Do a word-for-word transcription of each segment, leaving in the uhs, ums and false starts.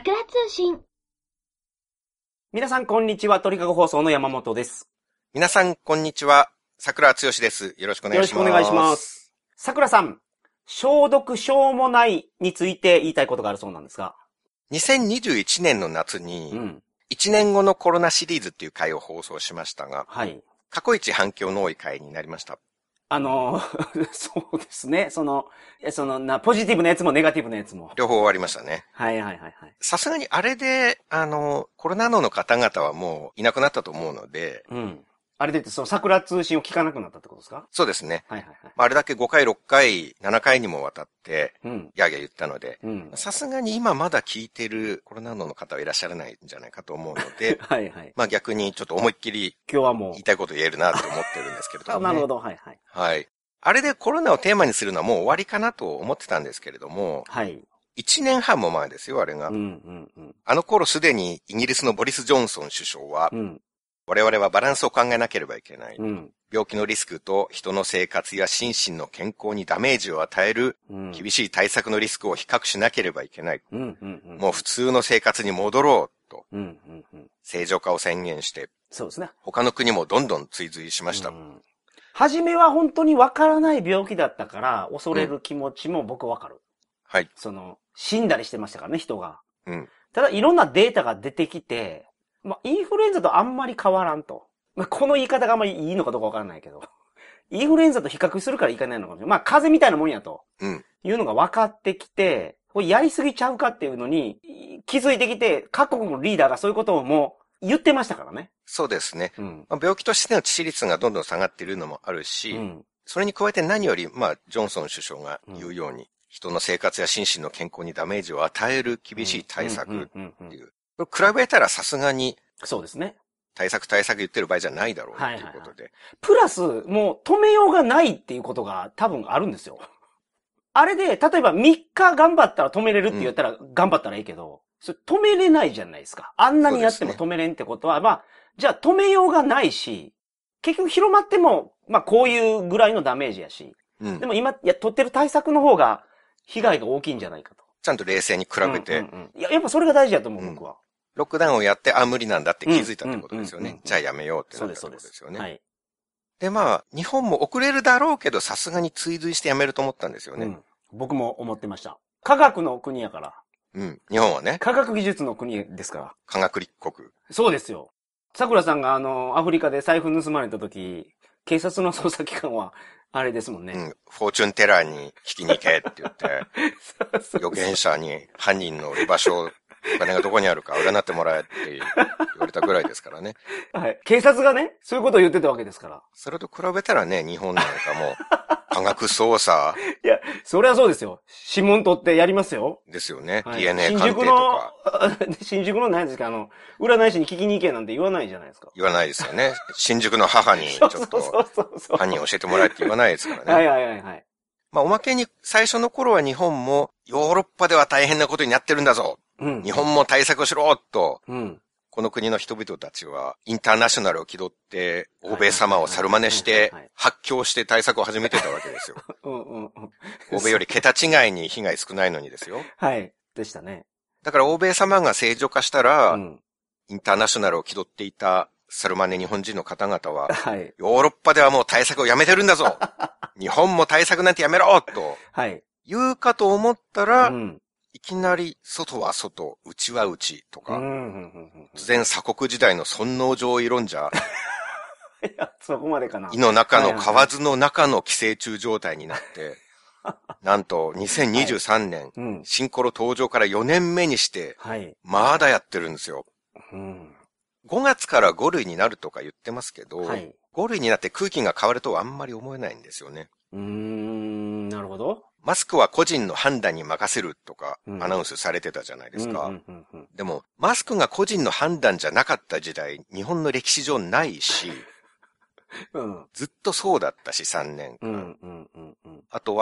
桜通信。 皆さんこんにちは。鳥かご放送の山本です。 皆さんこんにちは。桜剛です。よろしくお願いします。 よろしくお願いします。桜さん、消毒しょうもないについて言いたいことがあるそうなんですが。 にせんにじゅういちねんの夏に、うん、いちねんごのコロナシリーズっていう回を放送しましたが、はい。過去一反響の多い回になりました。 あの、そうですね。その、そのな、ポジティブなやつもネガティブなやつも。 両方終わりましたね。 はいはいはいはい。 さすがにあれで、あの、コロナ脳の方々はもういなくなったと思うので、 うん。あれで、その桜通信を聞かなくなったってことですか？ そうですね。 はいはいはい。 あれだけごかい、ろっかい、ななかいにもわたって、うん、ギャーギャー言ったので、さすがに今まだ聞いてるコロナ脳の方はいらっしゃらないんじゃないかと思うので、はいはい。まあ逆にちょっと思いっきり、今日はもう、言いたいこと言えるなと思ってるんですけれども、ね。 なるほど、はいはい。 はい。あれでコロナをテーマにするのはもう終わりかなと思ってたんですけれども、はい。いちねんはんも前ですよ、あれが。うんうんうん、あの頃すでにイギリスのボリス・ジョンソン首相は、うん、我々はバランスを考えなければいけない。うん、病気のリスクと人の生活や心身の健康にダメージを与える厳しい対策のリスクを比較しなければいけない。うんうんうん、もう普通の生活に戻ろうと、うんうんうん、正常化を宣言して、そうですね。他の国もどんどん追随しました。うん初めは本当にわからない病気だったから、恐れる気持ちも僕わかる。うん、はい。その、死んだりしてましたからね、人が。うん。ただ、いろんなデータが出てきて、まあ、インフルエンザとあんまり変わらんと。まあ、この言い方があんまりいいのかどうかわからないけど。インフルエンザと比較するからいかないのかもしれない。まあ、風邪みたいなもんやと。うん。いうのが分かってきて、これやりすぎちゃうかっていうのに、気づいてきて、各国のリーダーがそういうことをもう、言ってましたからね。 そうですね。うん、まあ、病気としての致死率がどんどん下がっているのもあるし、うん、それに加えて何より、まあ、ジョンソン首相が言うように、うん、人の生活や心身の健康にダメージを与える厳しい対策っていう。比べたらさすがに、 そうですね。 対策対策言ってる場合じゃないだろうっていうことで。はいはいはい、 プラス、もう止めようがないっていうことが多分あるんですよ。あれで、例えばみっか頑張ったら止めれるって言ったら頑張ったらいいけど、それ止めれないじゃないですか。あんなにやっても止めれんってことは、ね、まあ、じゃあ止めようがないし、結局広まっても、まあこういうぐらいのダメージやし。うん、でも今、いや、取ってる対策の方が被害が大きいんじゃないかと。 ちゃんと冷静に比べて。うんうんうん、いや、やっぱそれが大事だと思う、うん、僕は。 ロックダウンをやって、あ、無理なんだって気づいたってことですよね。じゃあやめようってなったってことですよね。はい。で、まあ、日本も遅れるだろうけど、さすがに追随してやめると思ったんですよね。うん、 僕も思ってました。科学の国やから。 うん。日本はね。 科学技術の国ですから。 科学立国。 そうですよ。桜さんがあの、アフリカで財布盗まれた時、警察の捜査機関は、あれですもんね。 うん。フォーチュンテラーに聞きに行けって言って、預言者に犯人の居場所、お金がどこにあるか占ってもらえって言われたぐらいですからね。 はい。警察がね、そういうことを言ってたわけですから。 それと比べたらね、日本なんかも、科学捜査。 いや、それはそうですよ。指紋取ってやりますよ。 ですよね。はい、ディーエヌエー 鑑定とか。 新宿の何ですか、あの、占い師に聞きに行けなんて言わないじゃないですか。 言わないですよね。新宿の母にちょっと、犯人教えてもらえって言わないですからね。 はいはいはいはい。 まあおまけに最初の頃は日本もヨーロッパでは大変なことになってるんだぞ。うん、日本も対策をしろと。うん、この国の人々たちはインターナショナルを気取って欧米様を猿真似して発狂して対策を始めてたわけですよ。うんうんうん、欧米より桁違いに被害少ないのにですよ。 はい。でしたね。 だから欧米様が正常化したら、うん、インターナショナルを気取っていた猿真似日本人の方々は、はい、ヨーロッパではもう対策をやめてるんだぞ日本も対策なんてやめろと、はい、言うかと思ったら、うん、いきなり外は外、内は内とか、突然鎖国時代の尊王攘夷論者、 いや、そこまでかな。 胃の中の蛙の中の寄生虫状態になって、なんとにせんにじゅうさんねん、はいうん、新コロ登場からよねんめにして、はい、まだやってるんですよ。うん、ごがつからご類になるとか言ってますけど、はい、ご類になって空気が変わるとはあんまり思えないんですよね。 うーん、なるほど。 マスクは個人の判断に任せるとかアナウンスされてたじゃないですか。でも、マスクが個人の判断じゃなかった時代、日本の歴史上ないし、うん、ずっとそうだったし、さんねんかん。うんうんうんうん、あとは、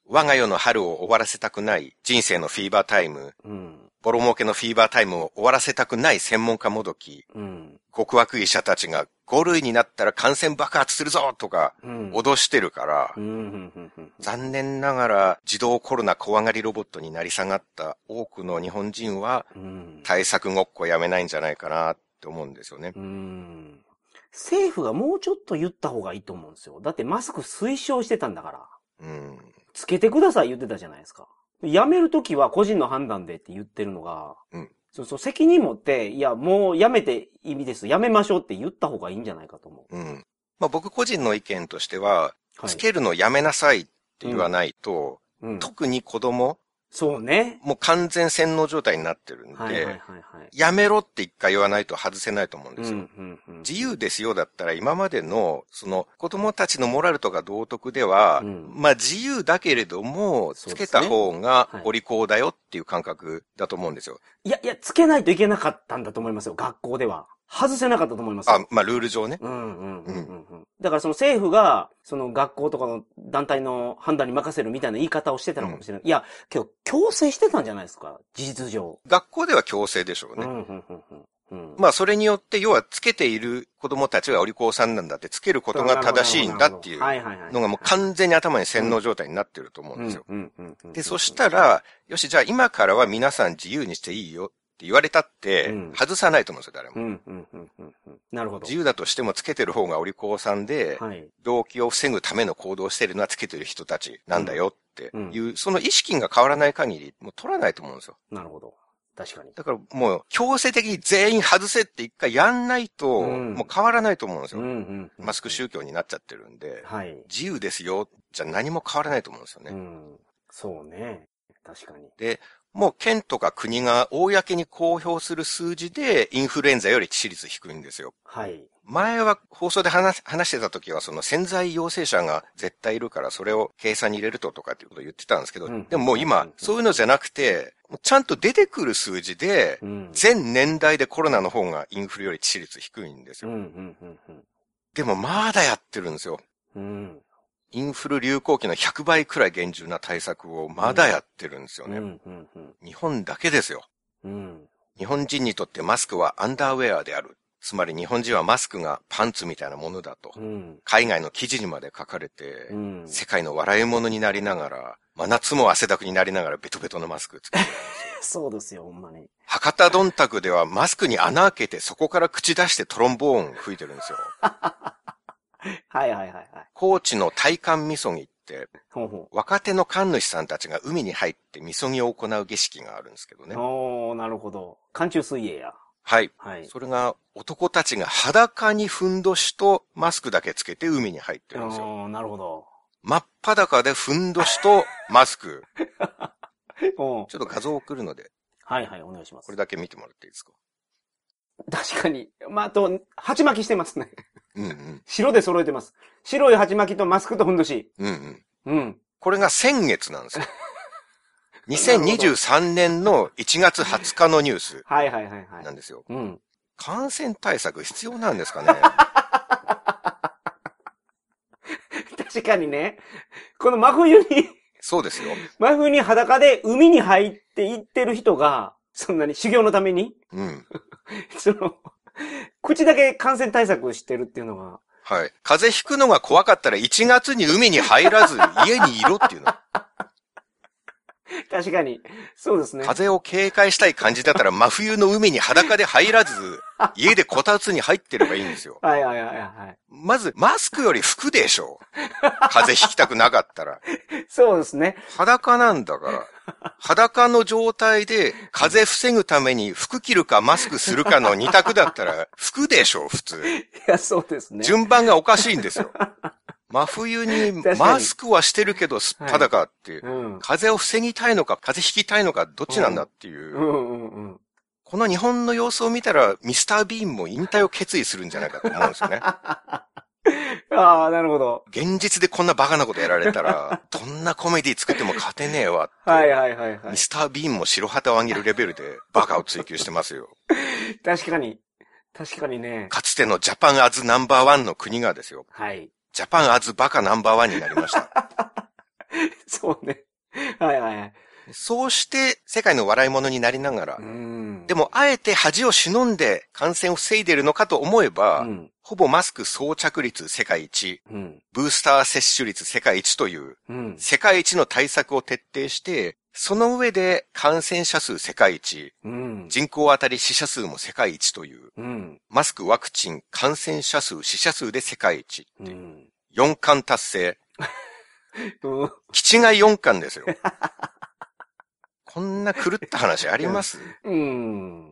我が世の春を終わらせたくない人生のフィーバータイム、うん、ボロ儲けのフィーバータイムを終わらせたくない専門家もどき、うん、極悪医者たちがご類になったら感染爆発するぞとか、脅してるから、残念ながら自動コロナ怖がりロボットになり下がった多くの日本人は、対策ごっこやめないんじゃないかなって思うんですよね。 うん政府がもうちょっと言った方がいいと思うんですよ。だってマスク推奨してたんだから。うん、つけてください言ってたじゃないですか。やめるときは個人の判断でって言ってるのが、うん、そうそう、責任持って、いや、もうやめて意味です。やめましょうって言った方がいいんじゃないかと思う。うん。 まあ僕個人の意見としては、はい、つけるのやめなさいって言わないと、うんうん、特に子供、 そうね。 もう完全洗脳状態になってるんで、はいはいはいはい、やめろって一回言わないと外せないと思うんですよ。うんうんうん、自由ですよだったら今までの、その子供たちのモラルとか道徳では、うん、まあ自由だけれども、つけた方がお利口だよっていう感覚だと思うんですよ。 いやいや、つけないといけなかったんだと思いますよ、学校では。外せなかったと思いますよ。 あ、まあルール上ね。うんうんうんうん、うん。だからその政府が、その学校とかの団体の判断に任せるみたいな言い方をしてたのかもしれない。うん、いや、けど強制してたんじゃないですか、事実上。 学校では強制でしょうね。うんうんうんうん、まあそれによって、要はつけている子供たちはお利口さんなんだって、つけることが正しいんだっていうのがもう完全に頭に洗脳状態になってると思うんですよ。で、そしたら、よし、じゃあ今からは皆さん自由にしていいよ。って言われたって、外さないと思うんですよ、誰も、うんうんうんうん。なるほど。自由だとしてもつけてる方がお利口さんで、はい、病気を防ぐための行動をしているのはつけてる人たちなんだよっていう、うんうん、その意識が変わらない限り、もう取らないと思うんですよ。 なるほど。確かに。 だからもう強制的に全員外せって一回やんないと、もう変わらないと思うんですよ。うんうんうんうん、マスク宗教になっちゃってるんで、はい、自由ですよ、じゃ何も変わらないと思うんですよね。うん、 そうね。確かに。 で、もう県とか国が公に公表する数字でインフルエンザより致死率低いんですよ。はい。前は放送で話話してた時はその潜在陽性者が絶対いるからそれを計算に入れるととかっていうことを言ってたんですけど、うん、でももう今そういうのじゃなくて、ちゃんと出てくる数字で、うん、全年代でコロナの方がインフルより致死率低いんですよ。うんうんうんうん、でもまだやってるんですよ。うんインフル流行期のひゃくばいくらい厳重な対策をまだやってるんですよね。うんうんうん、日本だけですよ、うん。日本人にとってマスクはアンダーウェアである。つまり日本人はマスクがパンツみたいなものだと。うん、海外の記事にまで書かれて、うん、世界の笑い物になりながら、真夏も汗だくになりながらベトベトのマスクつけてるんですよ。そうですよ、ほんまに。 博多どんたくではマスクに穴開けてそこから口出してトロンボーン吹いてるんですよ。 はいはいはいはい。 高知の大寒みそぎって、ほうほう若手の神主さんたちが海に入ってみそぎを行う儀式があるんですけどね。 おー、なるほど。寒中水泳や。 はい。はい。それが男たちが裸にふんどしとマスクだけつけて海に入ってるんですよ。 おー、なるほど。 真っ裸でふんどしとマスク。ちょっと画像を送るので。 はいはい、お願いします。 これだけ見てもらっていいですか。 確かに。まあ、あと、鉢巻きしてますね。うんうん。白で揃えてます。白い鉢巻きとマスクとふんどし。うんうん。うん。これが先月なんですよ。にせんにじゅうさんねんのいちがつはつかのニュース。はいはいはいはい。なんですよ。うん。感染対策必要なんですかね。 確かにね。この真冬にそうですよ。 真冬に裸で海に入って行ってる人が、そんなに修行のためにうん。その、口だけ感染対策してるっていうのが。 はい。風邪ひくのが怖かったらいちがつに海に入らず家にいろっていうの。 確かに。そうですね。 風邪を警戒したい感じだったら真冬の海に裸で入らず、家でこたつに入ってればいいんですよ。 はいはいはいはい。 まず、マスクより服でしょ。風邪ひきたくなかったら。 そうですね。 裸なんだから。裸の状態で風邪防ぐために服着るかマスクするかの二択だったら服でしょ、普通。 いや、そうですね。 順番がおかしいんですよ。真冬にマスクはしてるけどすっぱだかっていう、はいうん。風邪を防ぎたいのか、風邪ひきたいのか、どっちなんだっていう。うんうんうんうん、この日本の様子を見たら、ミスター・ビーンも引退を決意するんじゃないかと思うんですよね。 ああ、なるほど。 現実でこんなバカなことやられたら、どんなコメディ作っても勝てねえわって。 はいはいはいはい。 ミスター・ビーンも白旗を上げるレベルでバカを追求してますよ。 確かに。確かにね。 かつてのジャパンアズナンバーワンの国がですよ。はい。ジャパンアズバカナンバーワンになりました。 そそうね。はいはいはい。 そうして世界の笑い物になりながら、でもあえて恥を忍んで感染を防いでいるのかと思えば、うん、ほぼマスク装着率世界一、うん、ブースター接種率世界一という、うん、世界一の対策を徹底して、その上で感染者数世界一、うん、人口当たり死者数も世界一という、うん、マスクワクチン感染者数死者数で世界一っていう、うん、よん冠達成。気違いよん冠ですよ。こんな狂った話あります？うん。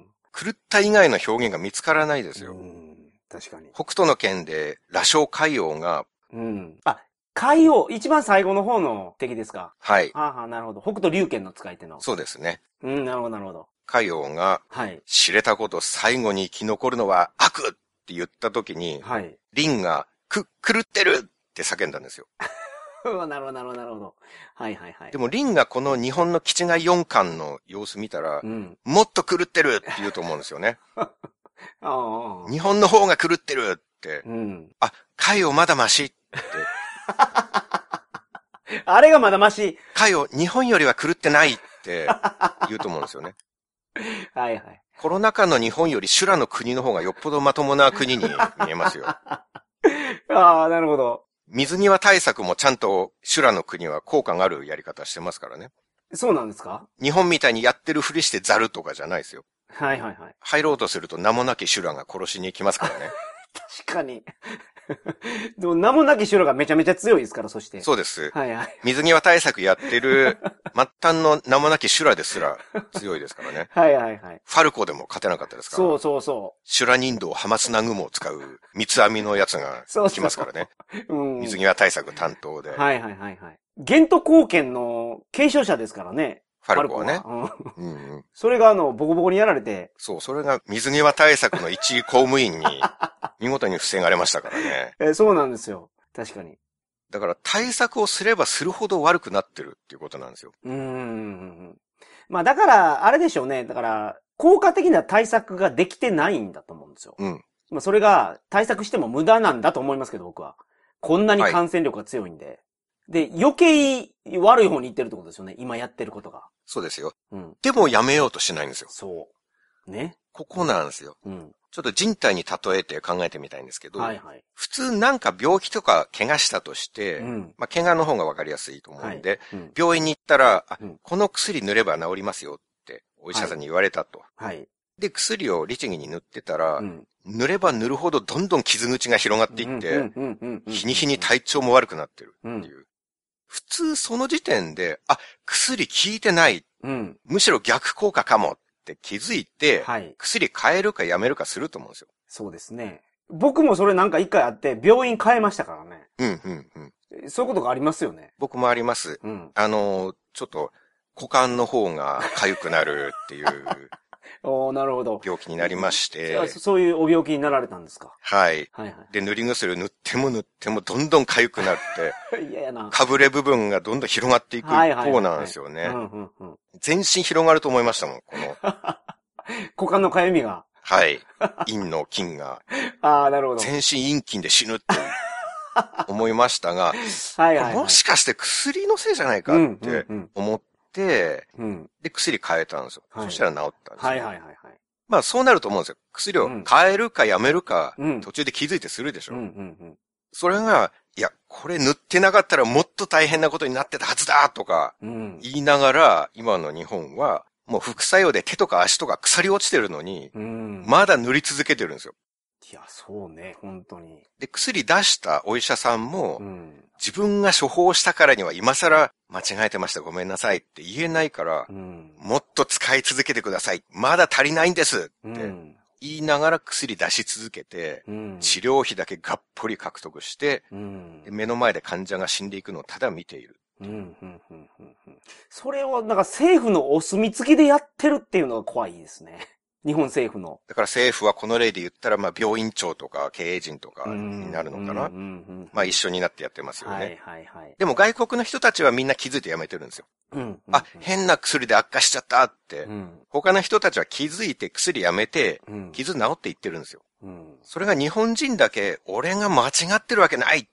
狂った以外の表現が見つからないですよ。うん。 確かに。 北斗の拳で、羅生海王が、 うん。あ、海王、一番最後の方の敵ですか？ はい。 はあ、はあ、なるほど。北斗龍拳の使い手の。 そうですね。 うん、なるほど、なるほど。 海王が、はい。知れたこと最後に生き残るのは悪って言った時に、はい。リンが、く、狂ってるって叫んだんですよ。 なるほど、なるほど、なるほど。はいはいはい。 でも、リンがこの日本の気違いよん冠の様子見たら、うん、もっと狂ってるって言うと思うんですよね。ああ日本の方が狂ってるって。うん、あ、海をまだマシって。 あれがまだマシ。 海を日本よりは狂ってないって言うと思うんですよね。 はいはい。 コロナ禍の日本より修羅の国の方がよっぽどまともな国に見えますよ。 ああ、なるほど。 水際対策もちゃんと修羅の国は効果があるやり方してますからね。 そうなんですか？ 日本みたいにやってるふりしてザルとかじゃないですよ。 はいはいはい。 入ろうとすると名もなき修羅が殺しに行きますからね。 確かに。でも名もなき修羅がめちゃめちゃ強いですから、そして。 そうです。 はいはい。 水際対策やってる末端の名もなき修羅ですら強いですからね。 はいはいはい。 ファルコでも勝てなかったですから。 そうそうそう。 修羅人道ハマスナグモを使う三つ編みのやつが来ますからね。そうそううん、水際対策担当で。 はいはいはいはい。ゲント貢献の継承者ですからね。 ファルコはね。 はうんうん、それがあの、ボコボコにやられて。 そう、それが水際対策の一位公務員に見事に防がれましたからね。 え、そうなんですよ。確かに。 だから対策をすればするほど悪くなってるっていうことなんですよ。 うーん。まあだから、あれでしょうね。だから、効果的な対策ができてないんだと思うんですよ。うん。まあそれが対策しても無駄なんだと思いますけど、僕は。こんなに感染力が強いんで。はいで、余計悪い方に行ってるってことですよね。今やってることが。 そうですよ。うん。でもやめようとしないんですよ。 そう。ね。 ここなんですよ。うん。ちょっと人体に例えて考えてみたいんですけど、はいはい。普通なんか病気とか怪我したとして、うん、まあ怪我の方がわかりやすいと思うんで、はいうん、病院に行ったら、あ、うん、この薬塗れば治りますよってお医者さんに言われたと。はい。で、薬を律儀に塗ってたら、うん、塗れば塗るほどどんどん傷口が広がっていって、日に日に体調も悪くなってるっていう。うん普通その時点で、あ、薬効いてない。うん、むしろ逆効果かもって気づいて、はい、薬変えるかやめるかすると思うんですよ。 そうですね。僕もそれなんか一回あって、病院変えましたからね。うん、うん、うん。そういうことがありますよね。 僕もあります。うん、あの、ちょっと股間の方が痒くなるっていう。 おなるほど。 病気になりまして。 そういうお病気になられたんですか？ はい。はいはい。で、塗り薬塗っても塗ってもどんどん痒くなって。嫌やな。かぶれ部分がどんどん広がっていく一方なんですよね。全身広がると思いましたもん、この。 股間の痒みが。 はい。陰の菌が。 ああ、なるほど。 全身陰菌で死ぬって思いましたが、はいはいはい、もしかして薬のせいじゃないかって思って、で、うん、で、薬変えたんですよ。はい、そしたら治ったんですよ。はいはいはい、はい。まあそうなると思うんですよ。薬を変えるかやめるか、うん、途中で気づいてするでしょ。うんうんうん、それが、いや、これ塗ってなかったらもっと大変なことになってたはずだとか、言いながら、今の日本は、もう副作用で手とか足とか腐り落ちてるのに、うん、まだ塗り続けてるんですよ。 いや、そうね、本当に。 で、薬出したお医者さんも、うん、自分が処方したからには今更間違えてましたごめんなさいって言えないから、うん、もっと使い続けてください。まだ足りないんですって言いながら薬出し続けて、うん、治療費だけがっぽり獲得して、うん、目の前で患者が死んでいくのをただ見ている。うんうんうんうんうん、それをなんか政府のお墨付きでやってるっていうのが怖いですね。日本政府の。 だから政府はこの例で言ったら、まあ病院長とか経営陣とかになるのかな。まあ一緒になってやってますよね。はいはいはい。でも外国の人たちはみんな気づいてやめてるんですよ。うんうんうん、あ、変な薬で悪化しちゃったって、うん。他の人たちは気づいて薬やめて、傷治っていってるんですよ。うん、それが日本人だけ、俺が間違ってるわけないっ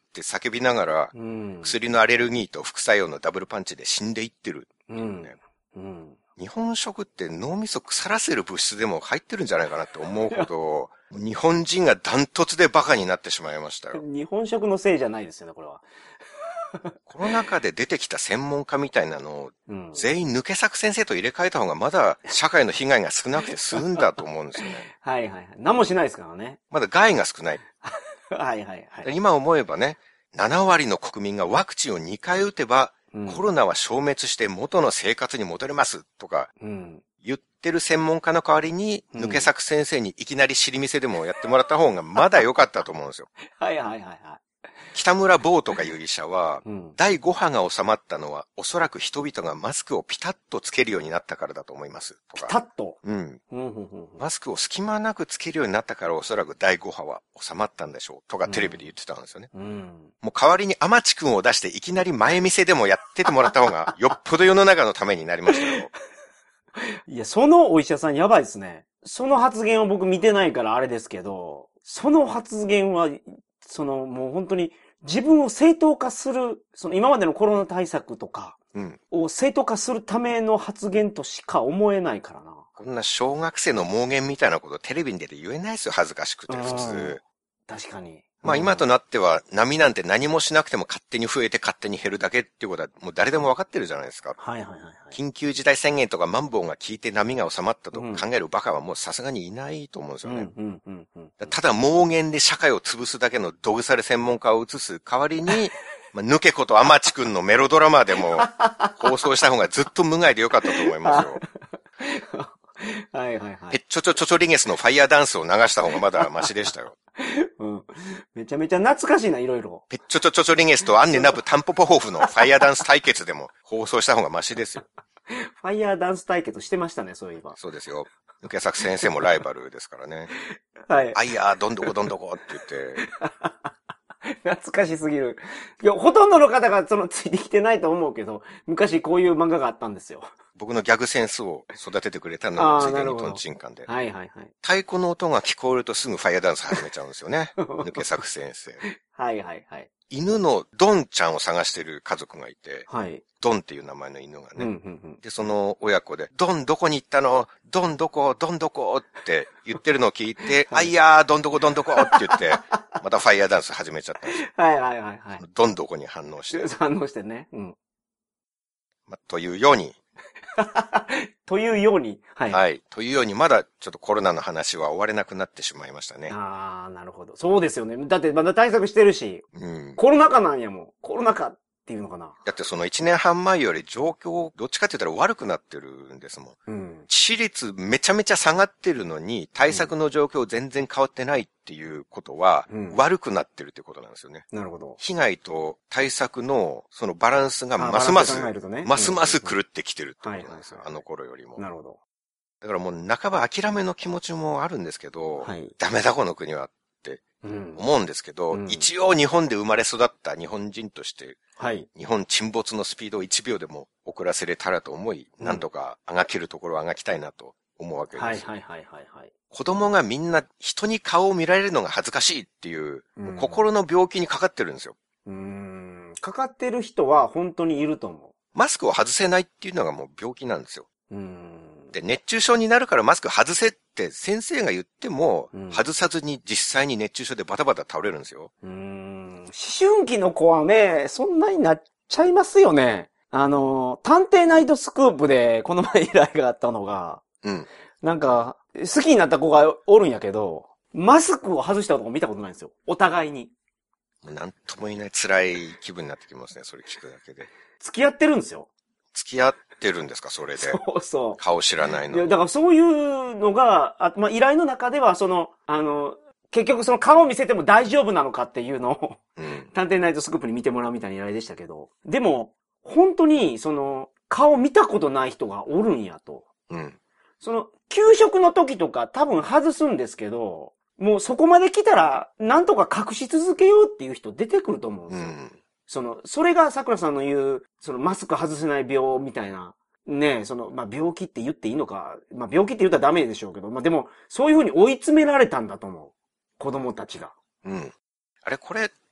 って叫びながら、うん、薬のアレルギーと副作用のダブルパンチで死んでいってるっていうね。うんうん、日本食って脳みそ腐らせる物質でも入ってるんじゃないかなって思うほど、日本人がダントツでバカになってしまいましたよ。 日本食のせいじゃないですよね、これは。 コロナ禍で出てきた専門家みたいなのを、うん、全員抜け作先生と入れ替えた方がまだ社会の被害が少なくて済んだと思うんですよね。 はいはいはい。何もしないですからね。 まだ害が少ない。 はいはいはい。 今思えばね、ななわりの国民がワクチンをにかい打てば、うん、コロナは消滅して元の生活に戻れますとか、言ってる専門家の代わりに、抜け作先生にいきなり尻見せでもやってもらった方がまだ良かったと思うんですよ。 はいはいはいはい。 北村坊とかいう医者は、うん、だいご波が収まったのは、おそらく人々がマスクをピタッとつけるようになったからだと思います。とかピタッとうん。マスクを隙間なくつけるようになったから、おそらくだいご波は収まったんでしょう。とかテレビで言ってたんですよね。うん、もう代わりにアマチ君を出して、いきなり前見せでもやっててもらった方が、よっぽど世の中のためになりましたよ。 いや、そのお医者さんやばいですね。その発言を僕見てないからあれですけど、その発言は、そのもう本当に自分を正当化する、その今までのコロナ対策とかを正当化するための発言としか思えないからな。 こんな小学生の妄言みたいなことテレビに出て言えないですよ、恥ずかしくて普通。 確かに。 まあ今となっては波なんて何もしなくても勝手に増えて勝手に減るだけっていうことはもう誰でも分かってるじゃないですか。はいはいはい、はい。緊急事態宣言とかマンボウが効いて波が収まったと考えるバカはもうさすがにいないと思うんですよね。うんうんうんうん、ただ妄言で社会を潰すだけのどぐされ専門家を移す代わりに、まあ、抜けことアマチ君のメロドラマでも放送した方がずっと無害でよかったと思いますよ。 はいはいはい。 ペッチョチョチョチョリゲスのファイヤーダンスを流した方がまだマシでしたよ。 うん。めちゃめちゃ懐かしいな、いろいろ。 ペッチョチョチョチョリゲスとアンネナブタンポポホフのファイヤーダンス対決でも放送した方がマシですよ。 ファイヤーダンス対決してましたね、そういえば。 そうですよ。抜け作先生もライバルですからね。 はい。 あいやー、どんどこどんどこって言って。 懐かしすぎる。いや、ほとんどの方がそのついてきてないと思うけど、昔こういう漫画があったんですよ。 僕のギャグセンスを育ててくれたのがついでにトンチンカンで。 はいはいはい。 太鼓の音が聞こえるとすぐファイヤーダンス始めちゃうんですよね。抜け作先生。 はいはいはい。 犬のドンちゃんを探してる家族がいて、 はい。 ドンっていう名前の犬がね。うんうんうん、で、その親子で、ドンどこに行ったのドンどこドンどこって言ってるのを聞いて、はい、あいやー、ドンどこドンどこって言って、またファイヤーダンス始めちゃったんですよ。 はいはいはいはい。 ドンどこに反応して。 反応してね。うん。 まあ、というように。 というように。はい。 はい。というように、まだちょっとコロナの話は終われなくなってしまいましたね。 ああ、なるほど。そうですよね。だってまだ対策してるし。うん。コロナ禍なんやもん。コロナ禍っていうのかな。 だってそのいちねんはん前より状況、どっちかって言ったら悪くなってるんですもん。うん。致死率めちゃめちゃ下がってるのに、対策の状況全然変わってないっていうことは、うん、悪くなってるってことなんですよね。 なるほど。 被害と対策のそのバランスがますます、ね、ますます狂ってきてるってことなんですよ。あの頃よりも。 なるほど。 だからもう半ば諦めの気持ちもあるんですけど、はい、ダメだこの国はって思うんですけど、うんうん、一応日本で生まれ育った日本人として、はい、日本沈没のスピードをいちびょうでも遅らせれたらと思い、うん、なんとかあがけるところをあがきたいなと思うわけです。はいはいはいはい、はい。子供がみんな人に顔を見られるのが恥ずかしいっていう、うん、心の病気にかかってるんですよ。 うーん。かかってる人は本当にいると思う。 マスクを外せないっていうのがもう病気なんですよ。うーん。で、熱中症になるからマスク外せって先生が言っても、うん、外さずに実際に熱中症でバタバタ倒れるんですよ。うーん。思春期の子はね、そんなになっちゃいますよね。あの、探偵ナイトスクープでこの前依頼があったのが、うん。なんか、好きになった子がおるんやけど、マスクを外したとこ見たことないんですよ。お互いに。 なんとも言えない辛い気分になってきますね、それ聞くだけで。 付き合ってるんですよ。 付き合ってるんですか、それで。 そうそう。 顔知らないの。 いや、だからそういうのが、あまあ、依頼の中では、その、あの、結局その顔を見せても大丈夫なのかっていうのを、うん、探偵ナイトスクープに見てもらうみたいな依頼でしたけど、でも、本当に、その、顔見たことない人がおるんやと。うん。その、給食の時とか多分外すんですけど、もうそこまで来たら、なんとか隠し続けようっていう人出てくると思うんですよ。うん、その、それが桜さんの言う、そのマスク外せない病みたいな、ねえ、その、まあ、病気って言っていいのか、まあ、病気って言ったらダメでしょうけど、まあ、でも、そういうふうに追い詰められたんだと思う。子供たちが。 うん。あれ、これ、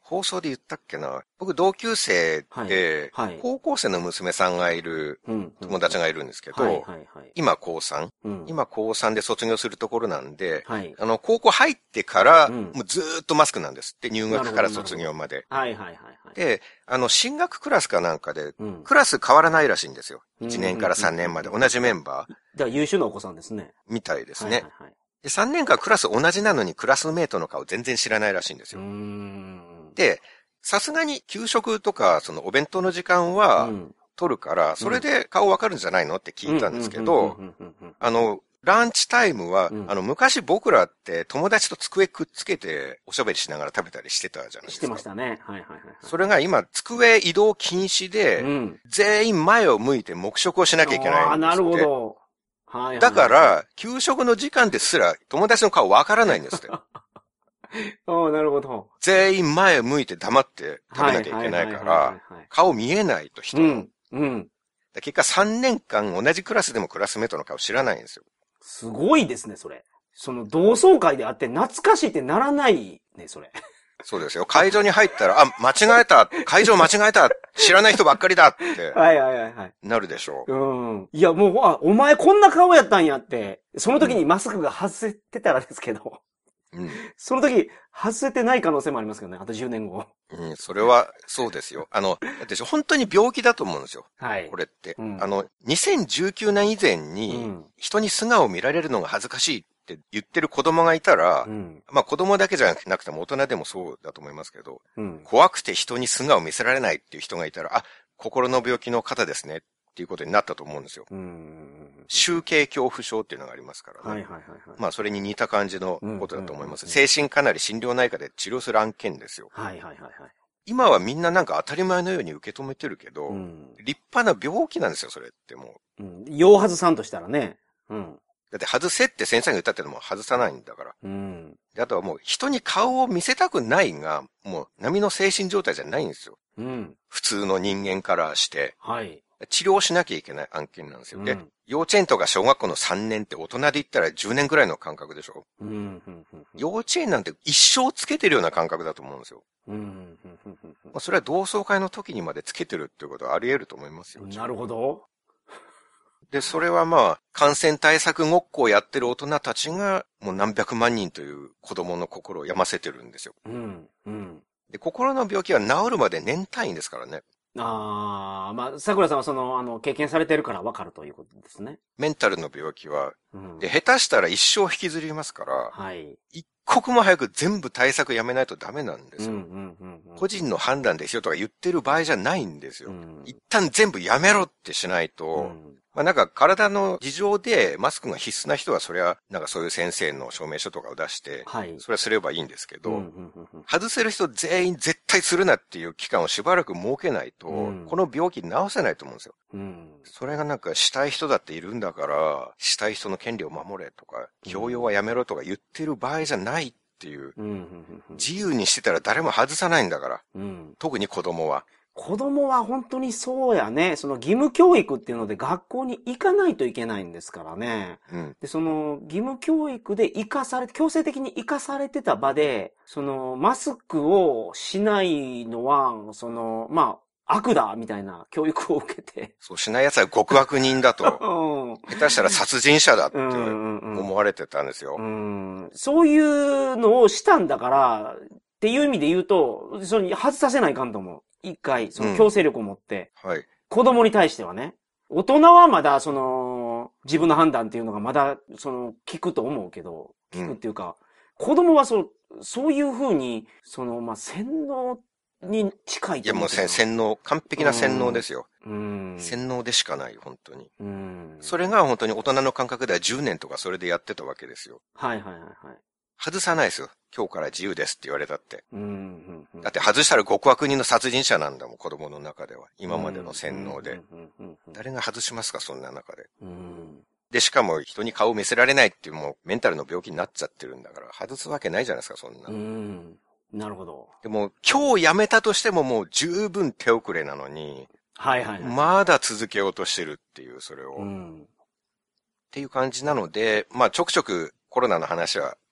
放送で言ったっけな。僕同級生で、はいはい、高校生の娘さんがいる友達がいるんですけど、今高さん、うん、今高さんで卒業するところなんで、はい、あの、高校入ってから、うん、もうずーっとマスクなんですって、入学から卒業まで。はいはいはいはい。で、あの、進学クラスかなんかで、うん、クラス変わらないらしいんですよ。いちねんからさんねんまで同じメンバー。 だから優秀なお子さんですね。 みたいですね。はいはいはい、で、さんねんかんクラス同じなのにクラスメートの顔全然知らないらしいんですよ。うーんで、さすがに給食とか、そのお弁当の時間は、取るから、それで顔わかるんじゃないのって聞いたんですけど、あの、ランチタイムは、うん、あの、昔僕らって友達と机くっつけておしゃべりしながら食べたりしてたじゃないですか。 してましたね。はいはいはい、はい。 それが今、机移動禁止で、うん、全員前を向いて黙食をしなきゃいけないんですって。ああ、なるほど。はいはいはい、だから、給食の時間ですら友達の顔わからないんですって。ああ、なるほど。 全員前向いて黙って食べなきゃいけないから、顔見えないと人の。うん。うん。結果さんねんかん同じクラスでもクラスメートの顔知らないんですよ。 すごいですね、それ。その同窓会であって懐かしいってならないね、それ。 そうですよ。会場に入ったら、あ、間違えた会場間違えた知らない人ばっかりだって。はいはいはいはい。なるでしょう。 うん。いや、もう、あ、お前こんな顔やったんやって。その時にマスクが外せてたらですけど。うん。その時、外せてない可能性もありますけどね。あとじゅうねんご。 うん、それは、そうですよ。あの、だって本当に病気だと思うんですよ。はい。これって。うん、あの、にせんじゅうきゅうねん以前に、人に素顔を見られるのが恥ずかしいって言ってる子供がいたら、うん、まあ子供だけじゃなくても大人でもそうだと思いますけど、うん、怖くて人に素顔を見せられないっていう人がいたら、あ、心の病気の方ですねっていうことになったと思うんですよ。うん、集計恐怖症っていうのがありますからね。はいはいはい、はい。まあそれに似た感じのことだと思います。精神科なり心療内科で治療する案件ですよ。はいはいはいはい。今はみんななんか当たり前のように受け止めてるけど、うん、立派な病気なんですよ、それってもう。うん。用外さんとしたらね。うん。 だって外せって先生が言ったってのも外さないんだから。うん。で、あとはもう人に顔を見せたくないが、もう波の精神状態じゃないんですよ。うん。普通の人間からして。はい。治療しなきゃいけない案件なんですよ。うん、で、幼稚園とか小学校のさんねんって大人で言ったらじゅうねんぐらいの感覚でしょ。うん。幼稚園なんて一生つけてるような感覚だと思うんですよ。うん。まあ、それは同窓会の時にまでつけてるっていうことはあり得ると思いますよ。 なるほど。 で、それはまあ、感染対策ごっこをやってる大人たちが、もう何百万人という子供の心を病ませてるんですよ。うん。うん。で、心の病気は治るまで年単位ですからね。 ああ、まあ、桜さんはその、あの、経験されてるから分かるということですね。 メンタルの病気は、うん、で、下手したら一生引きずりますから、はい。一刻も早く全部対策やめないとダメなんですよ。うんうんうんうん、個人の判断ですよとか言ってる場合じゃないんですよ。うん、一旦全部やめろってしないと、うん、まあなんか体の事情でマスクが必須な人はそれはなんかそういう先生の証明書とかを出して、はい、それはすればいいんですけど、うんうんうんうん、外せる人全員絶対するなっていう期間をしばらく設けないと、うん、この病気治せないと思うんですよ。うん、それがなんかしたい人だっているんだから、したい人の権利を守れとか、強要はやめろとか言ってる場合じゃないっていう、うんうんうんうん、自由にしてたら誰も外さないんだから、うん、特に子供は。 子供は本当にそうやね。その義務教育っていうので学校に行かないといけないんですからね。うん、で、その義務教育で生かされて、強制的に生かされてた場で、そのマスクをしないのは、その、まあ、悪だみたいな教育を受けて。 そうしない奴は極悪人だと。うん、下手したら殺人者だって思われてたんですよ。 うんうん、そういうのをしたんだから、っていう意味で言うと、それ外させないかんと思う。一回、その強制力を持って、うん、はい。子供に対してはね。大人はまだ、その、自分の判断っていうのがまだ、その、聞くと思うけど、聞くっていうか、うん、子供はそう、そういうふうに、その、まあ、洗脳に近いと思う。いやもう洗脳、完璧な洗脳ですよ。うん。洗脳でしかない、本当に。うん。それが本当に大人の感覚ではじゅうねんとかそれでやってたわけですよ。はいはいはいはい。外さないですよ。今日から自由ですって言われたって。うんうんうん、だって外したら極悪人の殺人者なんだもん、子供の中では。今までの洗脳で。誰が外しますか、そんな中で。うん、で、しかも人に顔を見せられないっていうもうメンタルの病気になっちゃってるんだから、外すわけないじゃないですか、そんな。うん、 なるほど。 でも、今日やめたとしてももう十分手遅れなのに、はいはい、はい。まだ続けようとしてるっていう、それを。うん、っていう感じなので、まあちょくちょくコロナの話は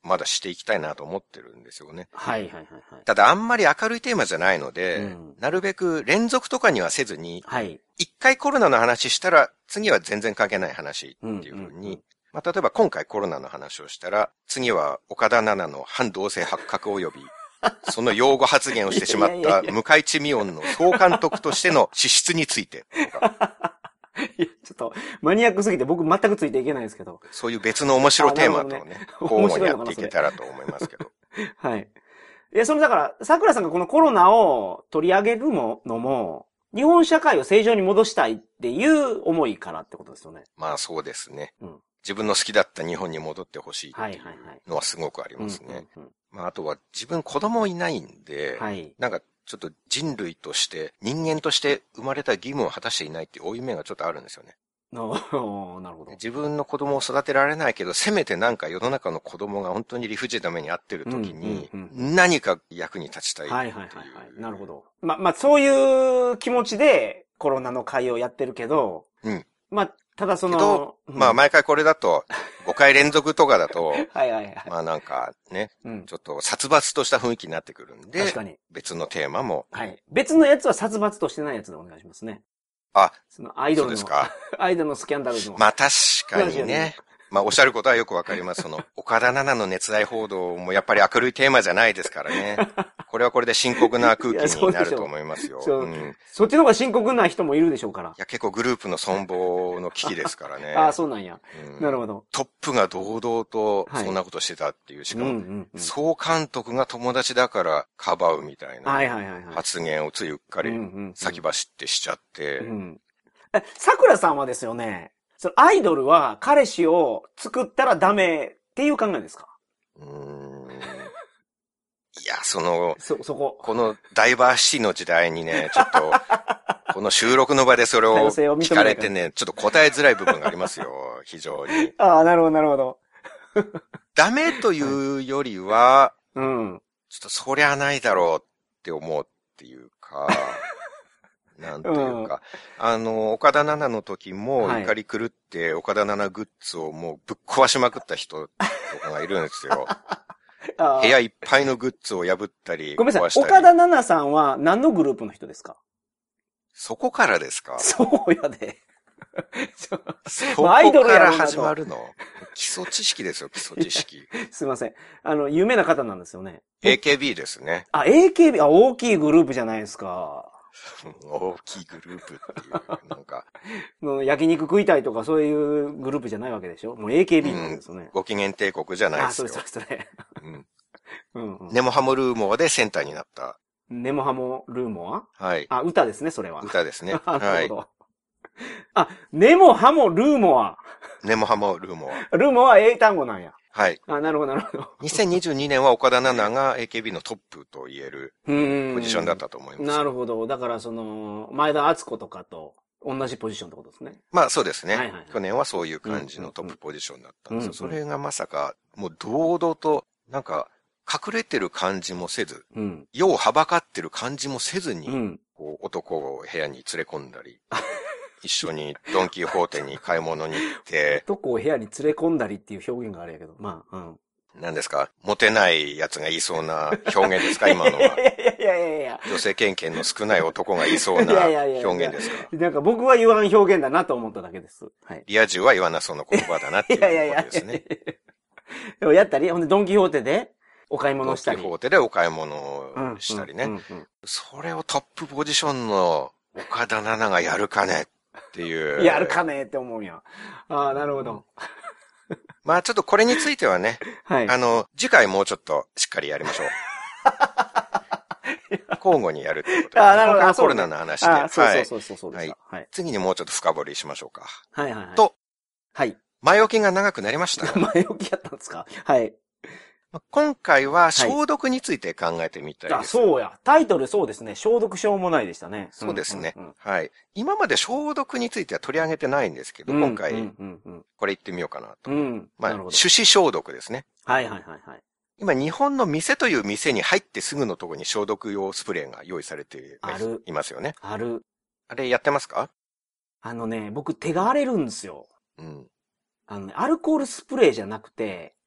まだしていきたいなと思ってるんですよね。 はいはいはい、はい。 ただあんまり明るいテーマじゃないので、うん、なるべく連続とかにはせずに、はい。一回コロナの話したら、次は全然関係ない話っていうふうに、うんうんうん、まあ、例えば今回コロナの話をしたら、次は岡田奈々の反同性発覚及び、その擁護発言をしてしまった向井地美音の総監督としての資質についてとか。 いや、ちょっと、マニアックすぎて僕全くついていけないですけど。 そういう別の面白テーマとね、交互にやっていけたらと思いますけど。 はい。いや、そのだから、桜さんがこのコロナを取り上げるのも、日本社会を正常に戻したいっていう思いからってことですよね。 まあそうですね。うん、自分の好きだった日本に戻ってほしいっていうのはすごくありますね。まああとは自分子供いないんで、はい、なんかちょっと人類として人間として生まれた義務を果たしていないっていう負い目がちょっとあるんですよね。 なるほど。 自分の子供を育てられないけど、せめてなんか世の中の子供が本当に理不尽な目に遭ってる時に、何か役に立ちたいっていう。はいはいはい、はい。 なるほど。ま、まあ、そういう気持ちでコロナの会をやってるけど、うん。まあ、ただその、けど、 うん、まあ毎回これだと、ごかい連続とかだと、はいはいはい。まあなんかね、うん、ちょっと殺伐とした雰囲気になってくるんで、確かに。別のテーマも。 はい。別のやつは殺伐としてないやつでお願いしますね。 あ、 そのアイドルの、 そうですか。 アイドルのスキャンダルの。 まあ確かにね。まあおっしゃることはよくわかります。その、岡田奈々の熱愛報道もやっぱり明るいテーマじゃないですからね。これはこれで深刻な空気になると思いますよ。 そ, うん、そっちの方が深刻な人もいるでしょうから。いや結構グループの存亡の危機ですからね。 ああ、そうなんや、うん。なるほど。 トップが堂々とそんなことしてたっていう、はい、しかも、うんうんうん、総監督が友達だからかばうみたいな発言をついうっかり先走ってしちゃって。うんうんうんえ、桜さんはですよね、そのアイドルは彼氏を作ったらダメっていう考えですか？うーん。 いや、その、 そ、そこ。 このダイバーシティの時代にね、ちょっと、この収録の場でそれを聞かれてね、ちょっと答えづらい部分がありますよ、非常に。 ああ、なるほど、なるほど。 ダメというよりは、うん。ちょっとそりゃないだろうって思うっていうか、なんていうか、うん、あの、岡田奈々の時も怒り狂って岡田奈々グッズをもうぶっ壊しまくった人とかがいるんですよ。部屋いっぱいのグッズを破ったり。 ごめんなさい。岡田奈々さんは何のグループの人ですか？ そこからですか？ そうやで。 そこから始まるの？基礎知識ですよ、基礎知識。 すいません。あの、有名な方なんですよね。 エーケービー ですね。 あ、エーケービー、あ、大きいグループじゃないですか。 大きいグループっていう、なんか。 焼肉食いたいとかそういうグループじゃないわけでしょ？もう エーケービー なんですよね。 うん、ご機嫌帝国じゃないですよ。 あ、そうです、それ。うん。 うんうん、ネモハモルーモアでセンターになった。 ネモハモルーモア？ はい。 あ、歌ですね、それは。 歌ですね。 なるほど。はい、あ、ネモハモルーモア。 ネモハモルーモア。 ルーモアは英単語なんや。 はい。 あ、なるほど、なるほど。 にせんにじゅうにねんは岡田奈々が エーケービー のトップと言えるポジションだったと思います。 なるほど。だからその、前田敦子とかと同じポジションってことですね。 まあそうですね。はいはいはい、去年はそういう感じのトップポジションだったんですよ。うんうん、それがまさか、もう堂々と、なんか、隠れてる感じもせず、うん、世をはばかってる感じもせずに、うん、こう男を部屋に連れ込んだり、一緒にドンキホーテに買い物に行って、 男を部屋に連れ込んだりっていう表現があるやけど、まあ、うん。 何ですか？モテないやつが言いそうな表現ですか今のは。いやいやいやいや女性経験の少ない男が言いそうな表現ですか？ なんか僕は言わん表現だなと思っただけです。 はい。リア充は言わなそうな言葉だなっていうことですね。いやいやいやいやでもやったり、ほんでドンキホーテでお買い物したり。 ドンキホーテでお買い物をしたりね。うんうんうんうん、それをトップポジションの岡田奈々がやるかねっていう。 やるかねって思うんや。ああ、なるほど。うんまあちょっとこれについてはね、はい、あの、次回もうちょっとしっかりやりましょう。交互にやるってことで、ね。あ、なるほど。今回はコロナの話で。 あ、そうそうそうそう、はい、 はい。次にもうちょっと深掘りしましょうか。 はいはいはい。 と、 はい。 前置きが長くなりました。 前置きやったんですか？はい。 今回は消毒について考えてみたいです。はい、あ、 そうや。タイトルそうですね。消毒しょうもないでしたね。 そうですね、うんうんうん。はい。今まで消毒については取り上げてないんですけど、うん、今回、うんうんうん、これ言ってみようかなと。うん、まあ、手指消毒ですね。 はいはいはいはい。 今、日本の店という店に入ってすぐのところに消毒用スプレーが用意されていますよね。 ある。 あれやってますか？ あのね、僕手が荒れるんですよ。うん。あのね、アルコールスプレーじゃなくて、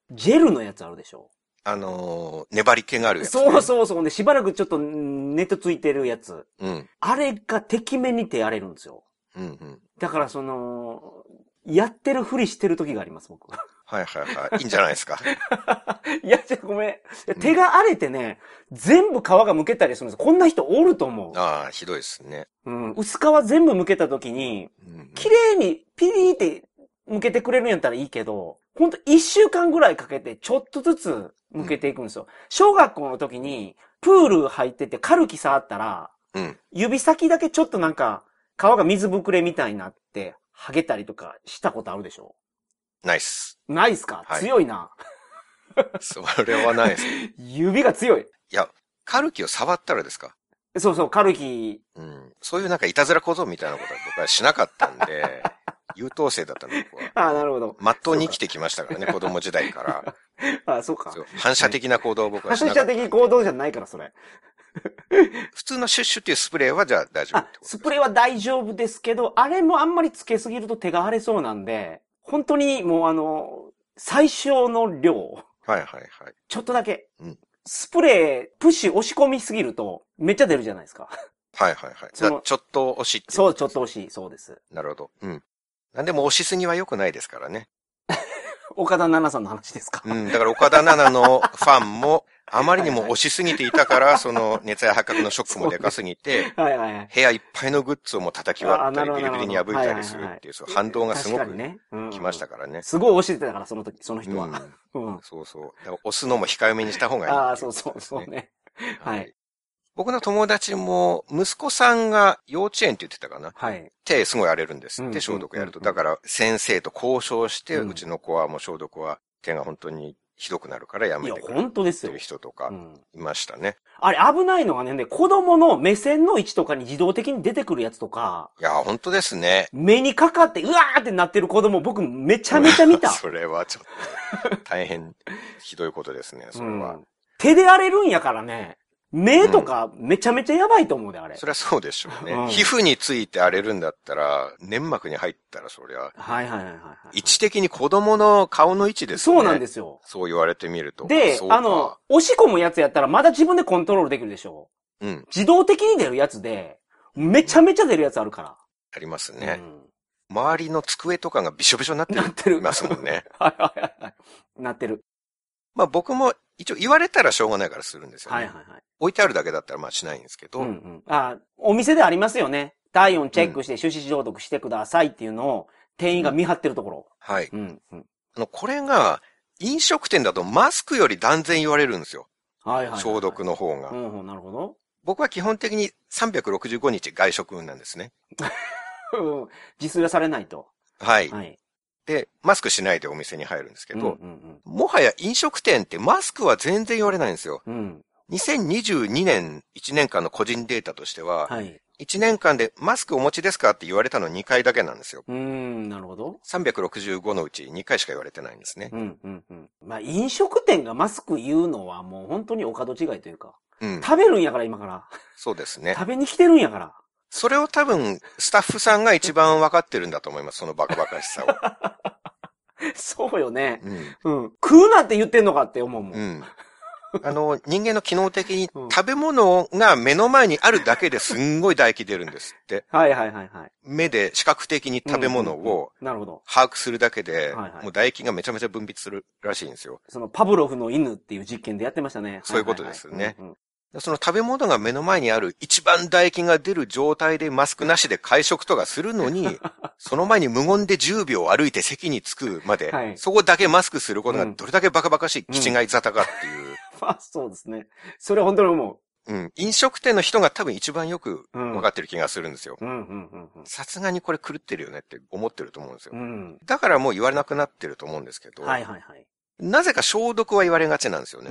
ジェルのやつあるでしょ。 あのー、粘り気があるやつ、ね。 そうそうそう。で、しばらくちょっとネットついてるやつ。 うん。 あれがてきめんに手荒れるんですよ。 うんうん。 だからその、やってるふりしてる時があります、僕。 はいはいはい。いいんじゃないですか。 いや、じゃごめん。手が荒れてね、うん、全部皮が剥けたりするんです。こんな人おると思う。 ああ、ひどいですね。 うん。薄皮全部剥けた時に、うんうん、綺麗にピリーって剥けてくれるんやったらいいけど、ほんと一週間ぐらいかけてちょっとずつ剥けていくんですよ。うん、小学校の時に、プール入っててカルキ触ったら、うん、指先だけちょっとなんか、皮が水ぶくれみたいになって、剥げたりとかしたことあるでしょ？ ナイス。 ないっすか、はい、強いな。 それはないです。 指が強い。 いや、カルキを触ったらですか？ そうそう、カルキ。 うん。そういうなんかいたずら小僧みたいなことは僕はしなかったんで、優等生だったの僕は。 ああ、なるほど。 まっとうに生きてきましたからね、子供時代から。 ああ、そうかそう。 反射的な行動を僕はしなかった。 反射的行動じゃないから、それ。 普通のシュッシュっていうスプレーはじゃあ大丈夫ってことですか？ スプレーは大丈夫ですけど、あれもあんまりつけすぎると手が腫れそうなんで、本当にもうあの、最小の量。 はいはいはい。 ちょっとだけ。うん。スプレー、プッシュ押し込みすぎると、めっちゃ出るじゃないですか。 はいはいはい。そのちょっと押しって、ね。 そう、ちょっと押し、そうです。 なるほど。うん。なんでも押しすぎは良くないですからね。 岡田奈々さんの話ですか？ うん。だから岡田奈々のファンも、あまりにも押しすぎていたから、その熱や発覚のショックもでかすぎて、はいはいはい、部屋いっぱいのグッズをもう叩き割ったり、ビリビリに破いたりするっていう、その反動がすごく来ましたからね。 すごい押してたから、その時、その人は。 うん。そうそう。だから押すのも控えめにした方がいい、ね。 ああ、そうそうそうね。はい。 僕の友達も、息子さんが幼稚園って言ってたかな。はい。手すごい荒れるんですって、消毒やると。だから、先生と交渉して、うちの子はもう消毒は手が本当にひどくなるからやめてくれ。いや、 本当ですよ。 っていう人とか、いましたね。 あれ、危ないのがね、子供の目線の位置とかに自動的に出てくるやつとか。 いや、本当ですね。 目にかかって、うわーってなってる子供、僕めちゃめちゃ見た。 それはちょっと、大変ひどいことですね、それは。うん、 手で荒れるんやからね。目とかめちゃめちゃやばいと思うで、あれ。 そりゃそうでしょうね。うん、皮膚について荒れるんだったら、粘膜に入ったらそりゃ。はいはいはいはい、はい。位置的に子供の顔の位置ですね。 そうなんですよ。 そう言われてみると。 で、あの、押し込むやつやったらまだ自分でコントロールできるでしょ。うん。自動的に出るやつで、めちゃめちゃ出るやつあるから。 ありますね。うん、周りの机とかがびしょびしょになってる。 なってる。 ますもんね。 はいはいはい。なってる。 まあ僕も一応言われたらしょうがないからするんですよね。 はいはいはい。 置いてあるだけだったらまあしないんですけど。うんうん。 あ、お店でありますよね。体温チェックして手指消毒してくださいっていうのを店員が見張ってるところ。 うん、はい。うんうん。あの、これが飲食店だとマスクより断然言われるんですよ。はいはいはい、はい。消毒の方が。 うん、なるほど。 僕は基本的にさんびゃくろくじゅうごにち外食なんですね。 自炊はされないと。 はい。はい。で、マスクしないでお店に入るんですけど、うんうんうん、もはや飲食店ってマスクは全然言われないんですよ。うん、にせんにじゅうにねんいちねんかんの個人データとしては、はい、いちねんかんでマスクお持ちですかって言われたのにかいだけなんですよ。 うーん、なるほど。 さんびゃくろくじゅうごのうちにかいしか言われてないんですね。 うんうんうん。まあ飲食店がマスク言うのはもう本当にお門違いというか、うん、食べるんやから今から。 そうですね。 食べに来てるんやから。 それを多分スタッフさんが一番分かってるんだと思います、そのバカバカしさを。 そうよね。うん。うん。食うなって言ってんのかって思うもん。うん。 あの、人間の機能的に食べ物が目の前にあるだけですんごい唾液出るんですって。 はいはいはいはい。 目で視覚的に食べ物をなるほど把握するだけで、もう唾液がめちゃめちゃ分泌するらしいんですよ。 そのパブロフの犬っていう実験でやってましたね。 そういうことですね。その食べ物が目の前にある一番唾液が出る状態でマスクなしで会食とかするのに、その前に無言でじゅうびょう歩いて席に着くまで、はい、そこだけマスクすることがどれだけバカバカしい気違い沙汰かっていう。うんうん、 まあそうですね。それは本当に思う。うん。飲食店の人が多分一番よく分かってる気がするんですよ。さすがにこれ狂ってるよねって思ってると思うんですよ。うん、だからもう言われなくなってると思うんですけど。はいはいはい。なぜか消毒は言われがちなんですよね。 うん、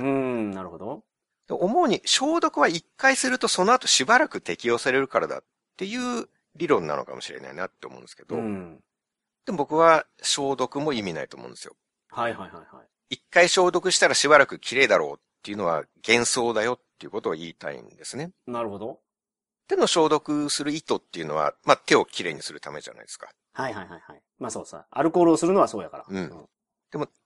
なるほど。 思うに消毒は一回するとその後しばらく適用されるからだっていう理論なのかもしれないなって思うんですけど、うん、でも僕は消毒も意味ないと思うんですよ。はいはいはいはい。一回消毒したらしばらく綺麗だろうっていうのは幻想だよっていうことを言いたいんですね。 なるほど。 手の消毒する意図っていうのは、まあ手を綺麗にするためじゃないですか。 はいはいはいはい。まあそうさ。アルコールをするのはそうやから。うん。 でも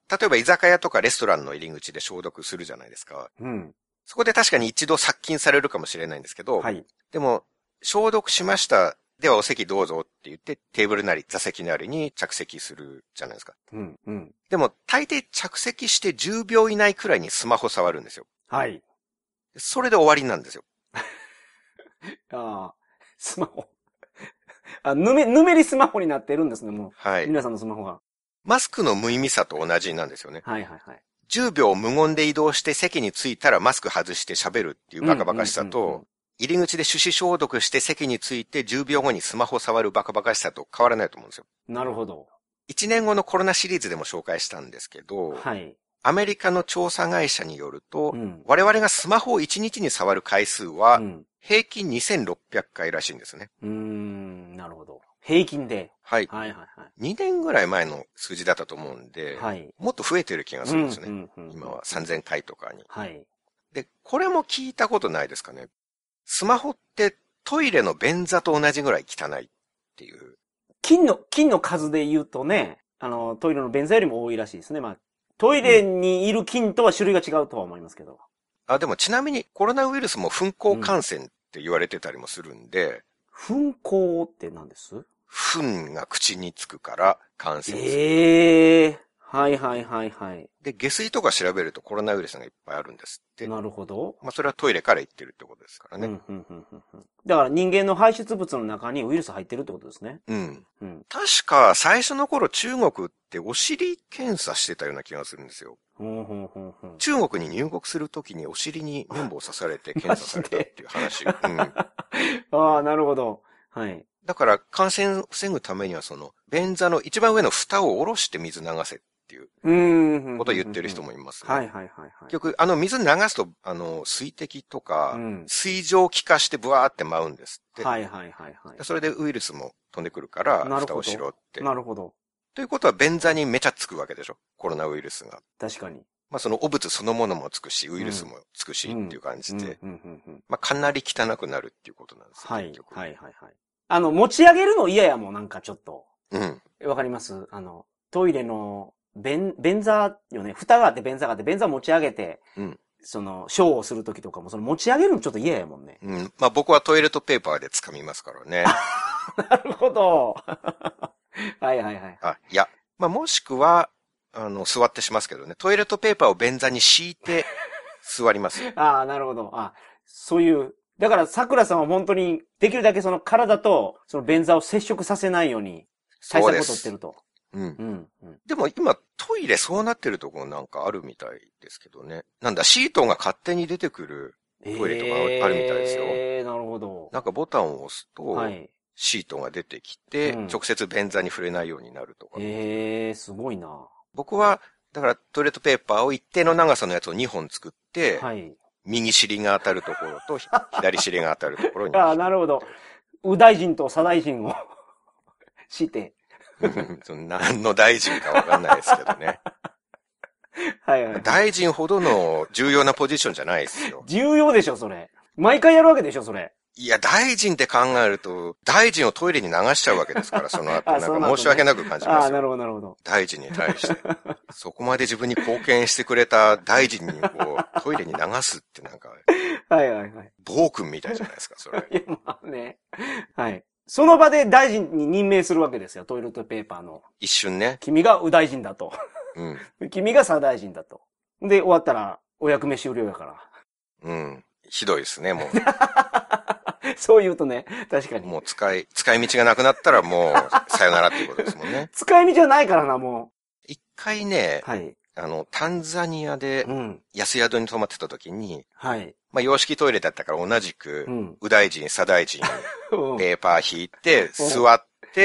例えば居酒屋とかレストランの入り口で消毒するじゃないですか。うん。そこで確かに一度殺菌されるかもしれないんですけど、はい。でも、消毒しました。ではお席どうぞって言って、テーブルなり座席なりに着席するじゃないですか。うん、うん。でも、大抵着席してじゅうびょう以内くらいにスマホ触るんですよ。はい。それで終わりなんですよ。 ああ、スマホ。あ、ぬめ、ぬめりスマホになってるんですね、もう。はい。皆さんのスマホが。 マスクの無意味さと同じなんですよね。 はいはいはい。 じゅうびょう無言で移動して席に着いたらマスク外して喋るっていうバカバカしさと、入り口で手指消毒して席に着いてじゅうびょうごにスマホ触るバカバカしさと変わらないと思うんですよ。 なるほど。 いちねんごのコロナシリーズでも紹介したんですけど、はい。アメリカの調査会社によると、うん、我々がスマホをいちにちに触る回数は、平均にせんろっぴゃっかいらしいんですね。 うーん、なるほど。平均で。 はい。はいはいはい。にねんぐらい前の数字だったと思うんで、はい。もっと増えてる気がするんですね。うんうんうん、今はさんぜんかいとかに。はい。で、これも聞いたことないですかね。スマホってトイレの便座と同じぐらい汚いっていう。 菌の、菌の数で言うとね、あの、トイレの便座よりも多いらしいですね。まあ、トイレにいる菌とは種類が違うとは思いますけど。うん、 あ、でもちなみにコロナウイルスも噴孔感染って言われてたりもするんで。 うん、噴孔って何です？ 糞が口につくから感染する。 ええー。はいはいはいはい。 で、下水とか調べるとコロナウイルスがいっぱいあるんですって。 なるほど。 まあそれはトイレから行ってるってことですからね。うんうんうんうんうん、だから人間の排出物の中にウイルス入ってるってことですね。 うん。うん、確か最初の頃中国ってお尻検査してたような気がするんですよ。うんうんうんうん、中国に入国するときにお尻に綿棒刺されて検査されたっていう話。うん、ああ、なるほど。はい。 だから感染を防ぐためにはその便座の一番上の蓋を下ろして水流せっていうことを言ってる人もいますね。はいはいはい、はい。結局あの水流すとあの水滴とか、うん、水蒸気化してブワーって舞うんですって。はいはいはいはい。それでウイルスも飛んでくるから蓋をしろって。 なるほど。 ということは便座にめちゃつくわけでしょ。コロナウイルスが。 確かに。 まあその汚物そのものもつくし、ウイルスもつくしっていう感じで、まあかなり汚くなるっていうことなんですよ。はい。はいはいはい。 あの、持ち上げるの嫌やもん、なんかちょっと。うん。わかります？あの、トイレの、便、便座よね。蓋があって便座があって、便座持ち上げて、うん。その、ショーをするときとかも、その持ち上げるのちょっと嫌やもんね。 うん。まあ僕はトイレットペーパーで掴みますからね。 なるほど。はいはいはい。 あ、いや、まあもしくは、あの、座ってしますけどね。トイレットペーパーを便座に敷いて、座ります。 ああ、なるほど。あ、そういう、だから、桜さんは本当に、できるだけその体と、その便座を接触させないように、対策を取ってると。 うん。うん。うん。でも今、トイレそうなってるところなんかあるみたいですけどね。なんだ、シートが勝手に出てくるトイレとかあるみたいですよ。 ええー、なるほど。 なんかボタンを押すと、はい。シートが出てきて、うん、直接便座に触れないようになるとか。 へえー、すごいな。 僕は、だからトイレットペーパーを一定の長さのやつをにほん作って、はい。右尻が当たるところと、左尻が当たるところに。 ああ、なるほど。右大臣と左大臣をして。 何の大臣かわかんないですけどね。はいはい。大臣ほどの重要なポジションじゃないですよ。 重要でしょ、それ。毎回やるわけでしょ、それ。 いや、大臣って考えると、大臣をトイレに流しちゃうわけですから、その後。なんか申し訳なく感じますよ。ああ、 なるほど、なるほど。 大臣に対して。そこまで自分に貢献してくれた大臣にこう、トイレに流すってなんか。 はいはいはい。 暴君みたいじゃないですか、それ。 いや、まあね。はい。その場で大臣に任命するわけですよ、トイレットペーパーの。 一瞬ね。 君が右大臣だと。うん。君が左大臣だと。で、終わったら、お役目終了やから。 うん。ひどいですね、もう。 そう言うとね、確かに。 もう使い、使い道がなくなったらもう、さよならっていうことですもんね。 使い道はないからな、もう。一回ね、はい。あの、タンザニアで、安宿に泊まってた時に、はい。まあ、洋式トイレだったから同じく、うん、右大臣、左大臣、ペーパー引いて、座って、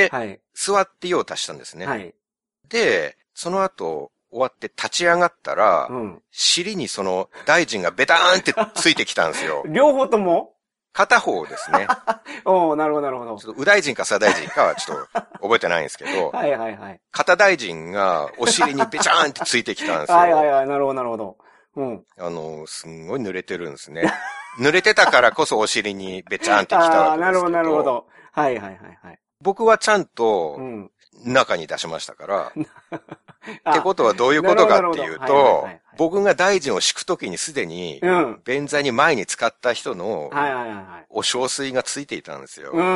はい。座って用を足したんですね。はい。で、その後、終わって立ち上がったら、うん、尻にその大臣がベターンってついてきたんですよ。 両方とも片方ですね。 おー、なるほど、なるほど。 ちょっと右大臣か左大臣かはちょっと覚えてないんですけど、 はいはいはい。 片大臣がお尻にベチャーンってついてきたんですよ。 はいはいはい、なるほど、なるほど。 うん。あの、すんごい濡れてるんですね。濡れてたからこそお尻にベチャーンってきたわけですけど。ああ、 なるほど、なるほど。はいはいはいはい。 僕はちゃんと、うん、 中に出しましたから。ってことはどういうことかっていうと、僕が大臣を敷くときにすでに、便座に前に使った人の、お小水がついていたんですよ。うん。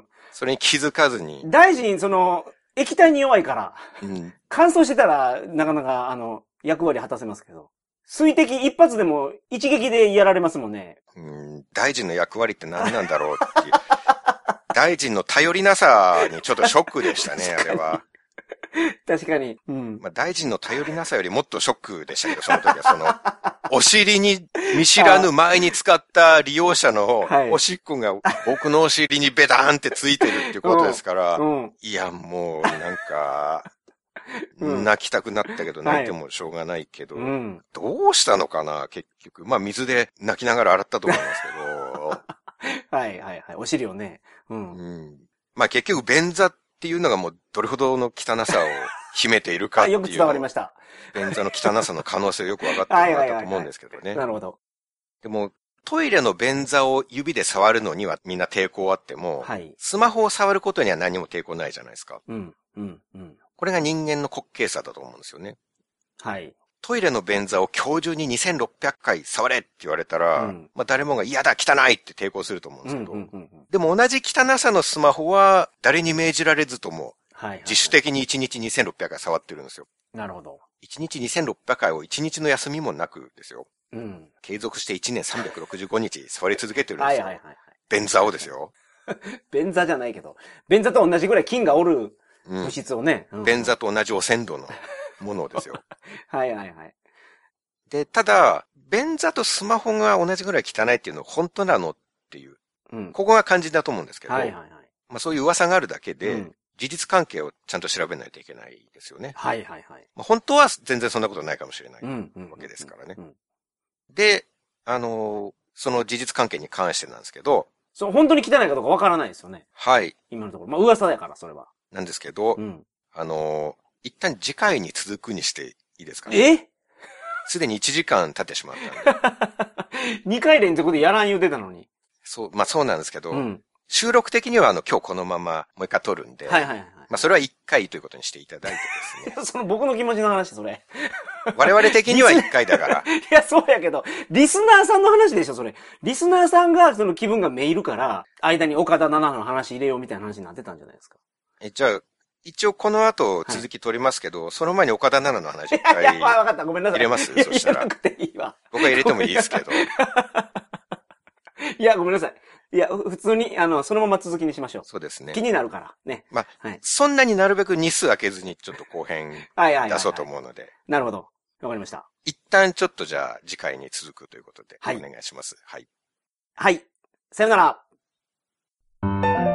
それに気づかずに。 大臣、その、液体に弱いから、うん、乾燥してたら、なかなか、あの、役割果たせますけど。水滴一発でも一撃でやられますもんね。 うん、大臣の役割って何なんだろうっていう。大臣の頼りなさにちょっとショックでしたね、あれは。 確かに。うん。 まあ、大臣の頼りなさよりもっとショックでしたけど、その時はその、お尻に見知らぬ前に使った利用者のおしっこが僕のお尻にベターンってついてるっていうことですから、うんうん、いや、もう、なんか、泣きたくなったけど、泣いてもしょうがないけど、はいうん、どうしたのかな、結局。まあ、水で泣きながら洗ったと思いますけど。 はいはいはい。お尻をね。うん。 うん、まあ、結局、便座っていうのがもう、どれほどの汚さを秘めているかっていう。 よく伝わりました。 便座の汚さの可能性をよく分かってもらったと思うんですけどね。はいはいはいはい、 なるほど。 でも、トイレの便座を指で触るのにはみんな抵抗あっても、はい、スマホを触ることには何も抵抗ないじゃないですか。うん、うん、うん。これが人間の滑稽さだと思うんですよね。はい。トイレの便座を今日中ににせんろっぴゃっかい触れって言われたら、うん、まあ誰もが嫌だ汚いって抵抗すると思うんですけど、うんうんうんうん、でも同じ汚さのスマホは誰に命じられずとも、自主的にいちにちにせんろっぴゃっかい触ってるんですよ。 なるほど。 いちにちにせんろっぴゃっかいをいちにちの休みもなくですよ。うん。継続していちねんさんびゃくろくじゅうごにち触り続けてるんですよ。はいはいはい、はい。便座をですよ。 便座じゃないけど、便座と同じぐらい菌がおる物質をね。 うんうん、便座と同じ汚染度のものですよ。 はいはいはい。 で、ただ、便座とスマホが同じぐらい汚いっていうのは本当なのっていう。うん、ここが肝心だと思うんですけど、はいはいはい、まあそういう噂があるだけで、うん、事実関係をちゃんと調べないといけないですよね。はいはいはい。まあ、本当は全然そんなことないかもしれないわけですからね。で、あのー、その事実関係に関してなんですけど、 そう、本当に汚いかどうかわからないですよね。 はい。 今のところ。まあ噂だから、それは。 なんですけど、うん、あのー、一旦次回に続くにしていいですかね。 えすでにいちじかん経ってしまったんで。にかい連続でやらん言うてたのに。 そう、まあそうなんですけど、うん、収録的にはあの今日このままもう一回撮るんで、はいはいはい。まあそれはいっかいということにしていただいてですね。 その僕の気持ちの話、それ。 我々的にはいっかいだから。 いや、そうやけど、リスナーさんの話でしょ、それ。リスナーさんがその気分がめいるから、間に岡田奈々の話入れようみたいな話になってたんじゃないですか。 え、じゃあ、一応この後続き取りますけど、はい、その前に岡田奈々の話一回。いや、いや、 わかった、ごめんなさい。 入れますそしたら。 入れなくていいわ。 僕は入れてもいいですけど。 いや、ごめんなさい。いや、普通に、あの、そのまま続きにしましょう。 そうですね。 気になるから、ね。 まあ、はい、そんなになるべく日数空けずにちょっと後編出そうと思うので。 なるほど。わかりました。 一旦ちょっとじゃあ次回に続くということで、はい、お願いします。はい。 はい。さよなら。